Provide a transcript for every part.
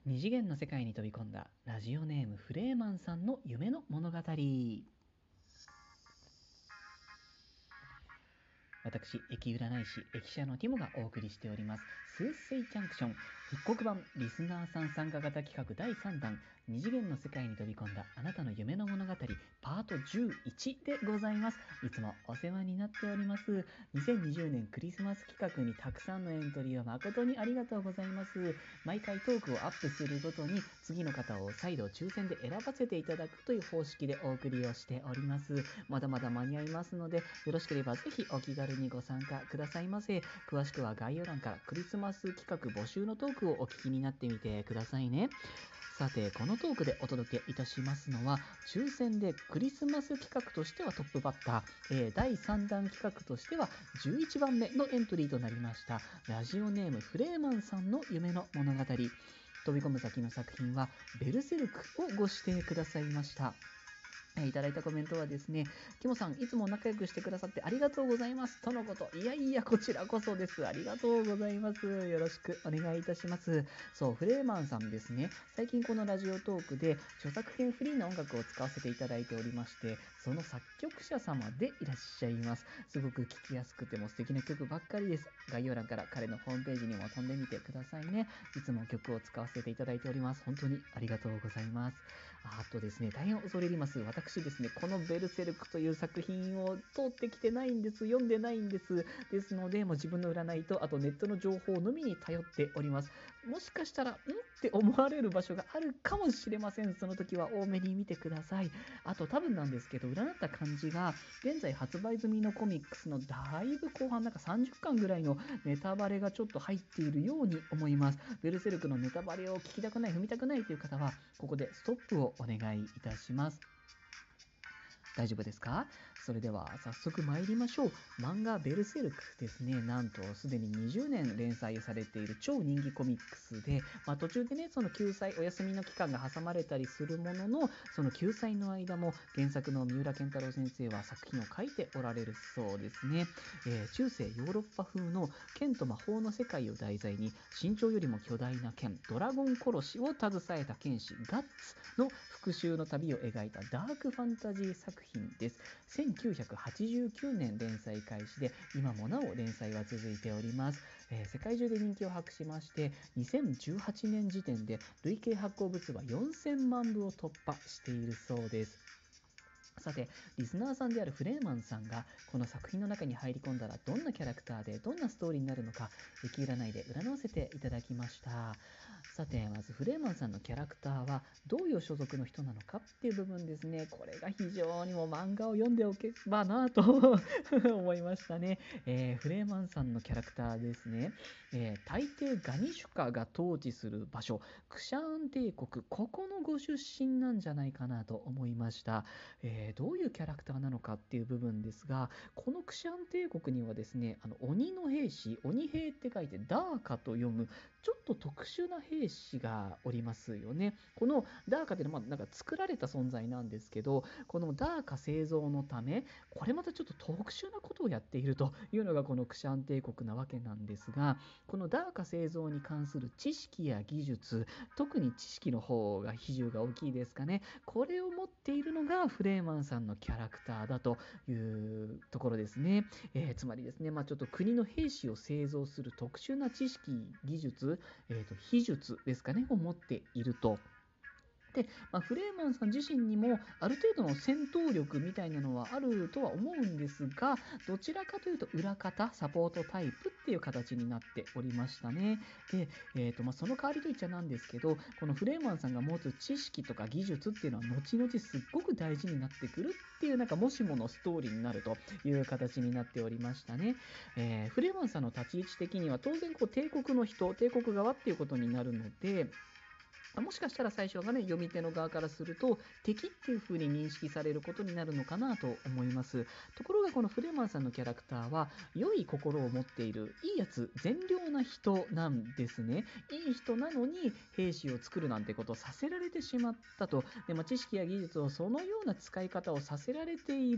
二次元の世界に飛び込んだラジオネームフレーマンさんの夢の物語。私、駅占い師、駅舎のティモがお送りしております。ス水ジャンクション復刻版リスナーさん参加型企画第3弾、二次元の世界に飛び込んだあなたの夢の物語パート11でございます。いつもお世話になっております。2020年クリスマス企画にたくさんのエントリーを誠にありがとうございます。毎回トークをアップするごとに次の方を再度抽選で選ばせていただくという方式でお送りをしております。まだまだ間に合いますので、よろしければぜひお気軽にご参加くださいませ。詳しくは概要欄からクリスマス企画募集のトークをお聞きになってみてくださいね。さて、このトークでお届けいたしますのは、抽選でクリスマス企画としてはトップバッター、第3弾企画としては11番目のエントリーとなりましたラジオネームフレーマンさんの夢の物語。飛び込む先の作品はベルセルクをご指定くださいました。いただいたコメントはですね、キモさんいつも仲良くしてくださってありがとうございますとのこと。いやいや、こちらこそです。ありがとうございます。よろしくお願いいたします。そう、フレーマンさんですね、最近このラジオトークで著作権フリーの音楽を使わせていただいておりまして、その作曲者様でいらっしゃいます。すごく聴きやすくても素敵な曲ばっかりです。概要欄から彼のホームページにも飛んでみてくださいね。いつも曲を使わせていただいております。本当にありがとうございます。あとですね、大変恐れ入ります。私ですね、このベルセルクという作品を通ってきてないんです。読んでないんです。ですので、もう自分の占いと、あとネットの情報のみに頼っております。もしかしたら、って思われる場所があるかもしれません。その時は多めに見てください。あと多分なんですけど、占った感じが、現在発売済みのコミックスのだいぶ後半、なんか30巻ぐらいのネタバレがちょっと入っているように思います。ベルセルクのネタバレを聞きたくない、踏みたくないという方は、ここでストップをお願いいたします。大丈夫ですか？それでは早速参りましょう。漫画ベルセルクですね、なんとすでに20年連載されている超人気コミックスで、途中でね、その休載、お休みの期間が挟まれたりするものの、その休載の間も原作の三浦健太郎先生は作品を書いておられるそうですね。中世ヨーロッパ風の剣と魔法の世界を題材に、身長よりも巨大な剣、ドラゴン殺しを携えた剣士ガッツの復讐の旅を描いたダークファンタジー作品です。1989年連載開始で、今もなお連載は続いております。世界中で人気を博しまして、2018年時点で累計発行部数は4000万部を突破しているそうです。さて、リスナーさんであるフレーマンさんがこの作品の中に入り込んだらどんなキャラクターでどんなストーリーになるのか、駅占いで占わせていただきました。さて、まずフレーマンさんのキャラクターはどういう所属の人なのかっていう部分ですね。これが非常にも漫画を読んでおけばなと思いましたね。フレーマンさんのキャラクターですね、大抵ガニシュカが統治する場所、クシャーン帝国、ここのご出身なんじゃないかなと思いました。どういうキャラクターなのかっていう部分ですが、このクシャン帝国にはですね、鬼の兵士、鬼兵って書いてダーカと読むちょっと特殊な兵士がおりますよね。このダーカっていうのはなんか作られた存在なんですけど、このダーカ製造のため、これまたちょっと特殊なことをやっているというのがこのクシャン帝国なわけなんですが、このダーカ製造に関する知識や技術、特に知識の方が比重が大きいですかね。これを持っているのがフレーマンさんのキャラクターだというところですね。つまりですね、ちょっと国の兵士を製造する特殊な知識、技術、秘術ですかね、を持っていると。で、フレーマンさん自身にもある程度の戦闘力みたいなのはあるとは思うんですが、どちらかというと裏方サポートタイプっていう形になっておりましたね。で、その代わりといっちゃなんですけど、このフレーマンさんが持つ知識とか技術っていうのは後々すっごく大事になってくるっていう、なんかもしものストーリーになるという形になっておりましたね。フレーマンさんの立ち位置的には当然こう帝国の人、帝国側っていうことになるので、もしかしたら最初がね、読み手の側からすると敵っていう風に認識されることになるのかなと思います。ところがこのフレーマンさんのキャラクターは良い心を持っているいいやつ、善良な人なんですね。いい人なのに兵士を作るなんてことをさせられてしまったと。で、知識や技術をそのような使い方をさせられている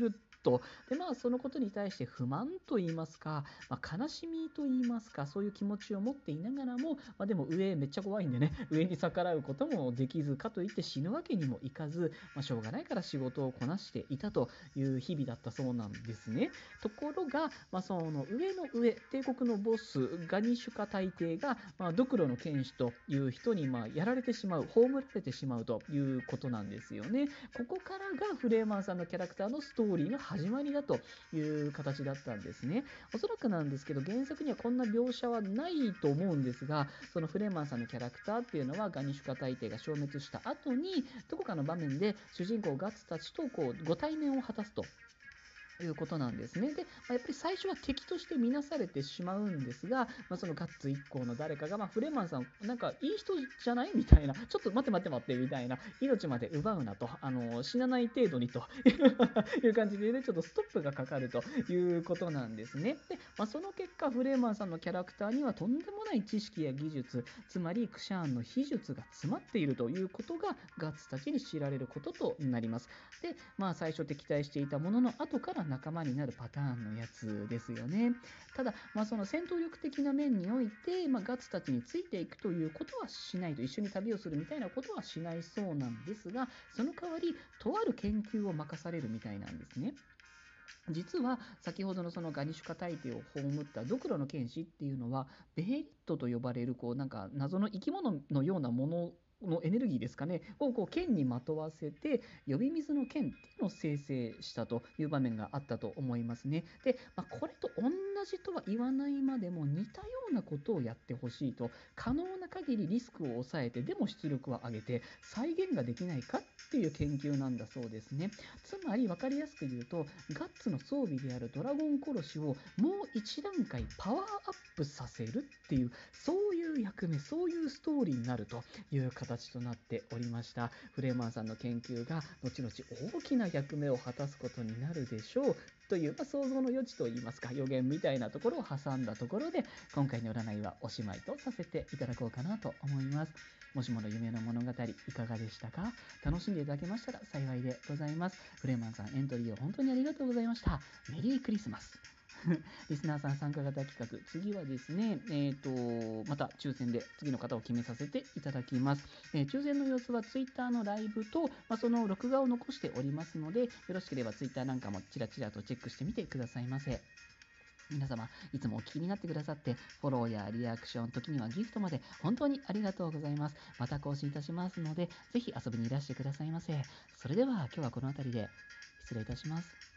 と。でそのことに対して不満と言いますか、悲しみと言いますか、そういう気持ちを持っていながらも、でも上めっちゃ怖いんでね、上に逆らうこともできず、かといって死ぬわけにもいかず、しょうがないから仕事をこなしていたという日々だったそうなんですね。ところが、その上の上、帝国のボスガニシュカ大帝が、ドクロの剣士という人にやられてしまう、葬られてしまうということなんですよね。ここからがフレーマンさんのキャラクターのストーリーの始まりだという形だったんですね。おそらくなんですけど、原作にはこんな描写はないと思うんですが、そのフレーマンさんのキャラクターっていうのはガニシュカ大帝が消滅した後に、どこかの場面で主人公ガッツたちとご対面を果たすということなんですね。で、やっぱり最初は敵として見なされてしまうんですが、そのガッツ一行の誰かが、フレーマンさんなんかいい人じゃないみたいな、ちょっと待ってみたいな、命まで奪うなと、死なない程度にという感じでね、ちょっとストップがかかるということなんですね。で、その結果フレーマンさんのキャラクターにはとんでもない知識や技術、つまりクシャーンの秘術が詰まっているということがガッツたちに知られることとなります。で、最初敵対していたものの後から仲間になるパターンのやつですよね。ただ、その戦闘力的な面において、ガッツたちについていくということはしないと、一緒に旅をするみたいなことはしないそうなんですが、その代わりとある研究を任されるみたいなんですね。実は先ほどのそのガニシュカ大帝を葬ったドクロの剣士っていうのはベヘリットと呼ばれるなんか謎の生き物のようなもののエネルギーですかねを剣にまとわせて呼び水の剣っていうのを生成したという場面があったと思いますね。で、これと同じとは言わないまでも似たようなことをやってほしいと、可能な限りリスクを抑えてでも出力を上げて再現ができないかっていう研究なんだそうですね。つまり分かりやすく言うと、ガッツの装備であるドラゴン殺しをもう一段階パワーアップさせるっていう、そういう役目、そういうストーリーになるという形となっておりました。フレーマンさんの研究が後々大きな役目を果たすことになるでしょうという、想像の余地といいますか予言みたいなところを挟んだところで、今回の占いはおしまいとさせていただこうかなと思います。もしもの夢の物語いかがでしたか？楽しんでいただけましたら幸いでございます。フレーマンさんエントリーを本当にありがとうございました。メリークリスマス。リスナーさん参加型企画、次はですね、また抽選で次の方を決めさせていただきます。抽選の様子はツイッターのライブと、その録画を残しておりますので、よろしければツイッターなんかもチラチラとチェックしてみてくださいませ。皆様いつもお聞きになってくださってフォローやリアクション、時にはギフトまで本当にありがとうございます。また更新いたしますのでぜひ遊びにいらしてくださいませ。それでは今日はこの辺りで失礼いたします。